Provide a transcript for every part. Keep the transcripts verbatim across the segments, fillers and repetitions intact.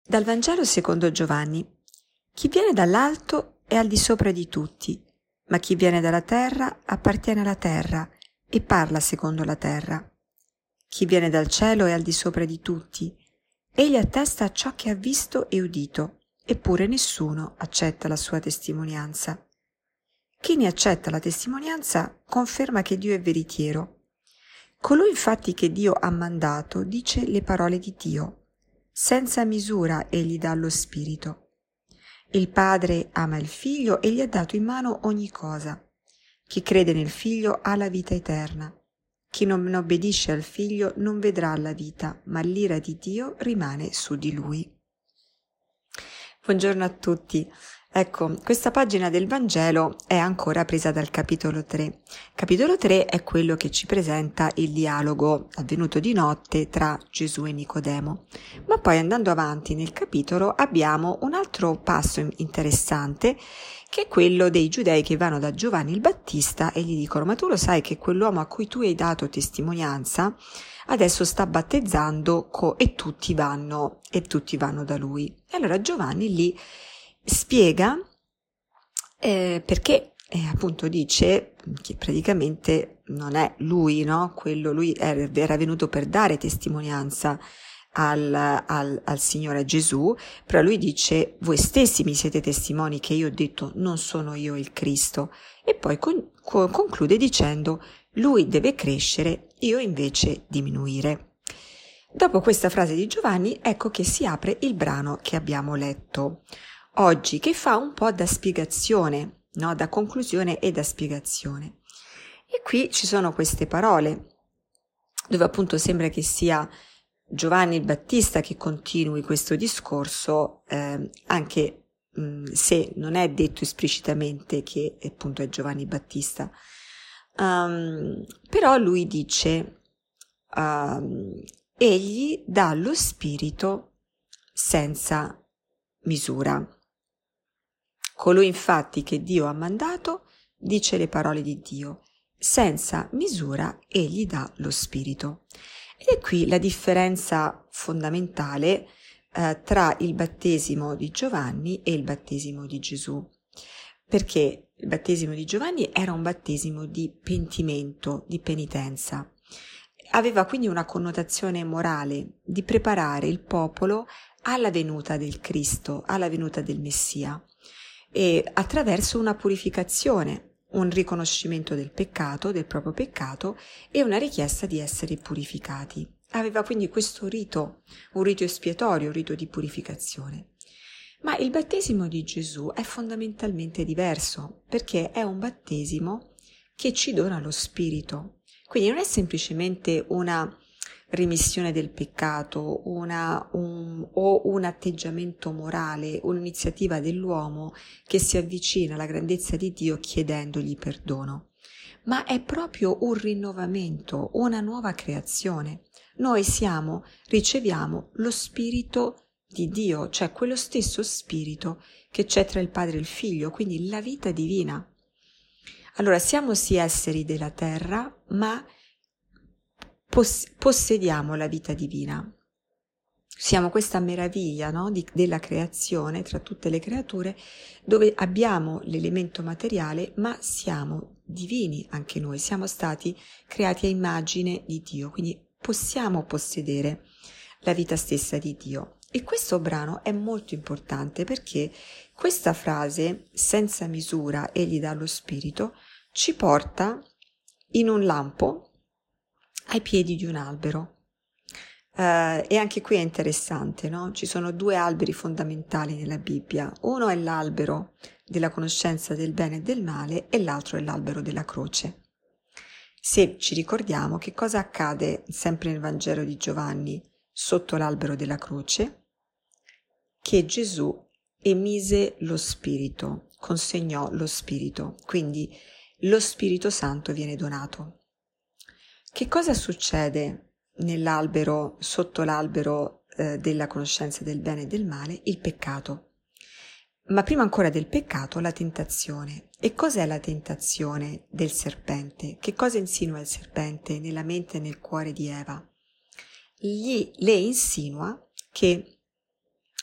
Dal Vangelo secondo Giovanni. Chi viene dall'alto è al di sopra di tutti, ma chi viene dalla terra appartiene alla terra e parla secondo la terra. Chi viene dal cielo è al di sopra di tutti. Egli attesta ciò che ha visto e udito, eppure nessuno accetta la sua testimonianza. Chi ne accetta la testimonianza conferma che Dio è veritiero. Colui infatti che Dio ha mandato dice le parole di Dio. Senza misura egli dà lo Spirito. Il Padre ama il Figlio e gli ha dato in mano ogni cosa. Chi crede nel Figlio ha la vita eterna. Chi non obbedisce al Figlio non vedrà la vita, ma l'ira di Dio rimane su di lui. Buongiorno a tutti. Ecco, questa pagina del Vangelo è ancora presa dal capitolo tre. Capitolo tre è quello che ci presenta il dialogo avvenuto di notte tra Gesù e Nicodemo. Ma poi andando avanti nel capitolo abbiamo un altro passo interessante, che è quello dei giudei che vanno da Giovanni il Battista e gli dicono: ma tu lo sai che quell'uomo a cui tu hai dato testimonianza adesso sta battezzando co- e tutti vanno e tutti vanno da lui. E allora Giovanni lì spiega eh, perché eh, appunto dice che praticamente non è lui, no? Quello lui era, era venuto per dare testimonianza al, al, al Signore Gesù, però lui dice: voi stessi mi siete testimoni che io ho detto non sono io il Cristo, e poi con, con, conclude dicendo: lui deve crescere, io invece diminuire. Dopo questa frase di Giovanni, ecco che si apre il brano che abbiamo letto oggi, che fa un po' da spiegazione, no? Da conclusione e da spiegazione. E qui ci sono queste parole, dove appunto sembra che sia Giovanni il Battista che continui questo discorso, eh, anche mh, se non è detto esplicitamente che appunto è Giovanni Battista. Um, però lui dice: um, egli dà lo Spirito senza misura. Colui infatti che Dio ha mandato dice le parole di Dio, senza misura egli dà lo Spirito. Ed è qui la differenza fondamentale eh, tra il battesimo di Giovanni e il battesimo di Gesù, perché il battesimo di Giovanni era un battesimo di pentimento, di penitenza. Aveva quindi una connotazione morale di preparare il popolo alla venuta del Cristo, alla venuta del Messia, e attraverso una purificazione, un riconoscimento del peccato, del proprio peccato, e una richiesta di essere purificati. Aveva quindi questo rito, un rito espiatorio, un rito di purificazione. Ma il battesimo di Gesù è fondamentalmente diverso, perché è un battesimo che ci dona lo Spirito. Quindi non è semplicemente una rimissione del peccato, una, un, o un atteggiamento morale, un'iniziativa dell'uomo che si avvicina alla grandezza di Dio chiedendogli perdono, ma è proprio un rinnovamento, una nuova creazione. Noi siamo, riceviamo lo Spirito di Dio, cioè quello stesso Spirito che c'è tra il Padre e il Figlio, quindi la vita divina. Allora siamo sì esseri della terra, ma possediamo la vita divina. Siamo questa meraviglia, no? Di, della creazione, tra tutte le creature, dove abbiamo l'elemento materiale, ma siamo divini anche noi, siamo stati creati a immagine di Dio, quindi possiamo possedere la vita stessa di Dio. E questo brano è molto importante perché questa frase, senza misura egli dà lo Spirito, ci porta in un lampo ai piedi di un albero. Uh, e anche qui è interessante, no? Ci sono due alberi fondamentali nella Bibbia. Uno è l'albero della conoscenza del bene e del male e l'altro è l'albero della croce. Se ci ricordiamo che cosa accade sempre nel Vangelo di Giovanni sotto l'albero della croce, che Gesù emise lo Spirito, consegnò lo Spirito, quindi lo Spirito Santo viene donato. Che cosa succede nell'albero, sotto l'albero eh, della conoscenza del bene e del male? Il peccato. Ma prima ancora del peccato, la tentazione. E cos'è la tentazione del serpente? Che cosa insinua il serpente nella mente e nel cuore di Eva? Gli, le insinua che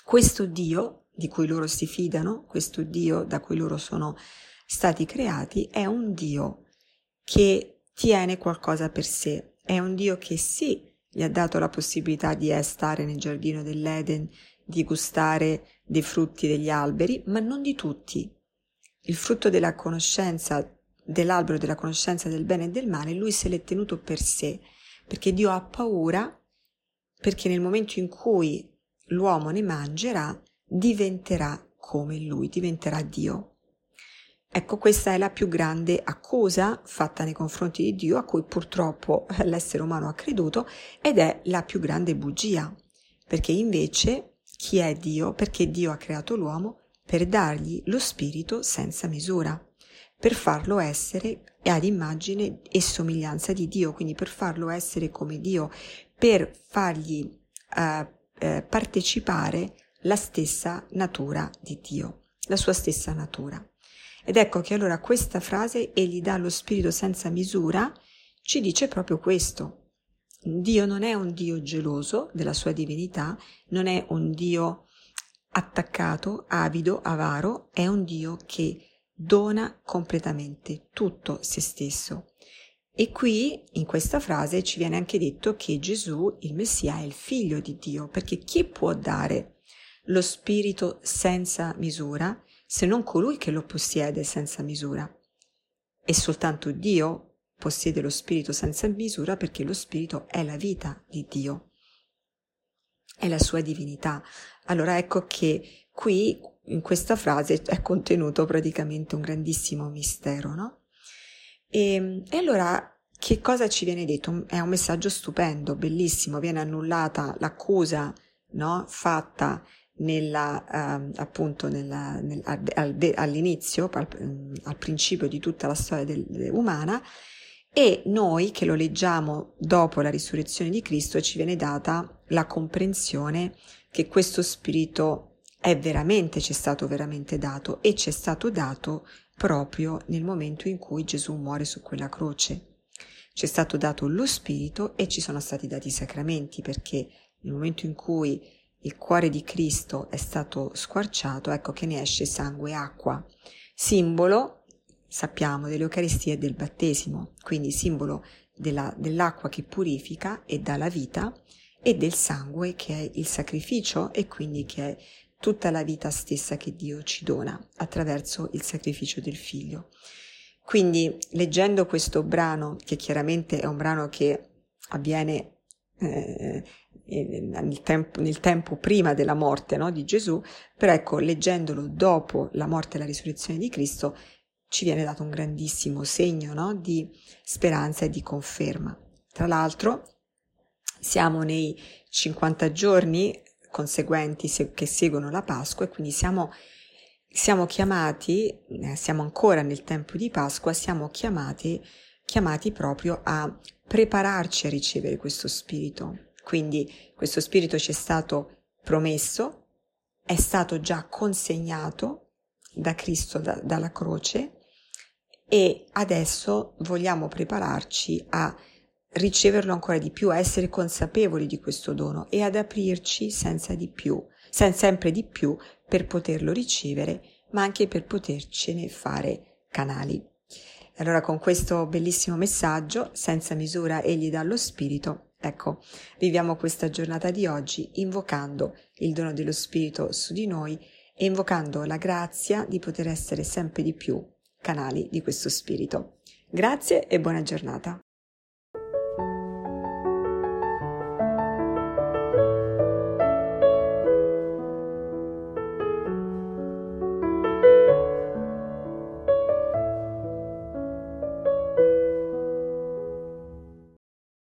questo Dio di cui loro si fidano, questo Dio da cui loro sono stati creati, è un Dio che tiene qualcosa per sé, è un Dio che sì, gli ha dato la possibilità di stare nel giardino dell'Eden, di gustare dei frutti degli alberi, ma non di tutti. Il frutto della conoscenza, dell'albero della conoscenza del bene e del male, lui se l'è tenuto per sé, perché Dio ha paura, perché nel momento in cui l'uomo ne mangerà, diventerà come lui, diventerà Dio. Ecco, questa è la più grande accusa fatta nei confronti di Dio, a cui purtroppo l'essere umano ha creduto, ed è la più grande bugia, perché invece chi è Dio? Perché Dio ha creato l'uomo per dargli lo spirito senza misura, per farlo essere ad immagine e somiglianza di Dio, quindi per farlo essere come Dio, per fargli eh, eh, partecipare la stessa natura di Dio, la sua stessa natura. Ed ecco che allora questa frase, egli dà lo spirito senza misura, ci dice proprio questo. Dio non è un Dio geloso della sua divinità, non è un Dio attaccato, avido, avaro, è un Dio che dona completamente tutto se stesso. E qui, in questa frase, ci viene anche detto che Gesù, il Messia, è il figlio di Dio, perché chi può dare lo spirito senza misura se non colui che lo possiede senza misura? E soltanto Dio possiede lo spirito senza misura, perché lo spirito è la vita di Dio, è la sua divinità. Allora ecco che qui in questa frase è contenuto praticamente un grandissimo mistero, no? E, e allora che cosa ci viene detto? È un messaggio stupendo, bellissimo, viene annullata l'accusa, no? Fatta nella, eh, appunto nella, nel, al, de, all'inizio, al, al principio di tutta la storia del, de, umana, e noi che lo leggiamo dopo la risurrezione di Cristo ci viene data la comprensione che questo spirito è veramente, ci è stato veramente dato, e ci è stato dato proprio nel momento in cui Gesù muore su quella croce. Ci è stato dato lo spirito e ci sono stati dati i sacramenti, perché nel momento in cui il cuore di Cristo è stato squarciato, ecco che ne esce sangue e acqua, simbolo, sappiamo, dell'Eucaristia e del battesimo, quindi simbolo della, dell'acqua che purifica e dà la vita, e del sangue che è il sacrificio e quindi che è tutta la vita stessa che Dio ci dona attraverso il sacrificio del Figlio. Quindi, leggendo questo brano, che chiaramente è un brano che avviene eh, nel, tempo, nel tempo prima della morte, no, di Gesù, però ecco, leggendolo dopo la morte e la risurrezione di Cristo, ci viene dato un grandissimo segno, no, di speranza e di conferma. Tra l'altro, siamo nei cinquanta giorni conseguenti che seguono la Pasqua, e quindi siamo, siamo chiamati, eh, siamo ancora nel tempo di Pasqua, siamo chiamati, chiamati proprio a prepararci a ricevere questo Spirito. Quindi questo Spirito ci è stato promesso, è stato già consegnato da Cristo, da, dalla croce, e adesso vogliamo prepararci a riceverlo ancora di più, a essere consapevoli di questo dono e ad aprirci senza di più, senza sempre di più, per poterlo ricevere, ma anche per potercene fare canali. Allora, con questo bellissimo messaggio, senza misura egli dà lo Spirito, ecco, viviamo questa giornata di oggi invocando il dono dello Spirito su di noi e invocando la grazia di poter essere sempre di più canali di questo Spirito. Grazie e buona giornata.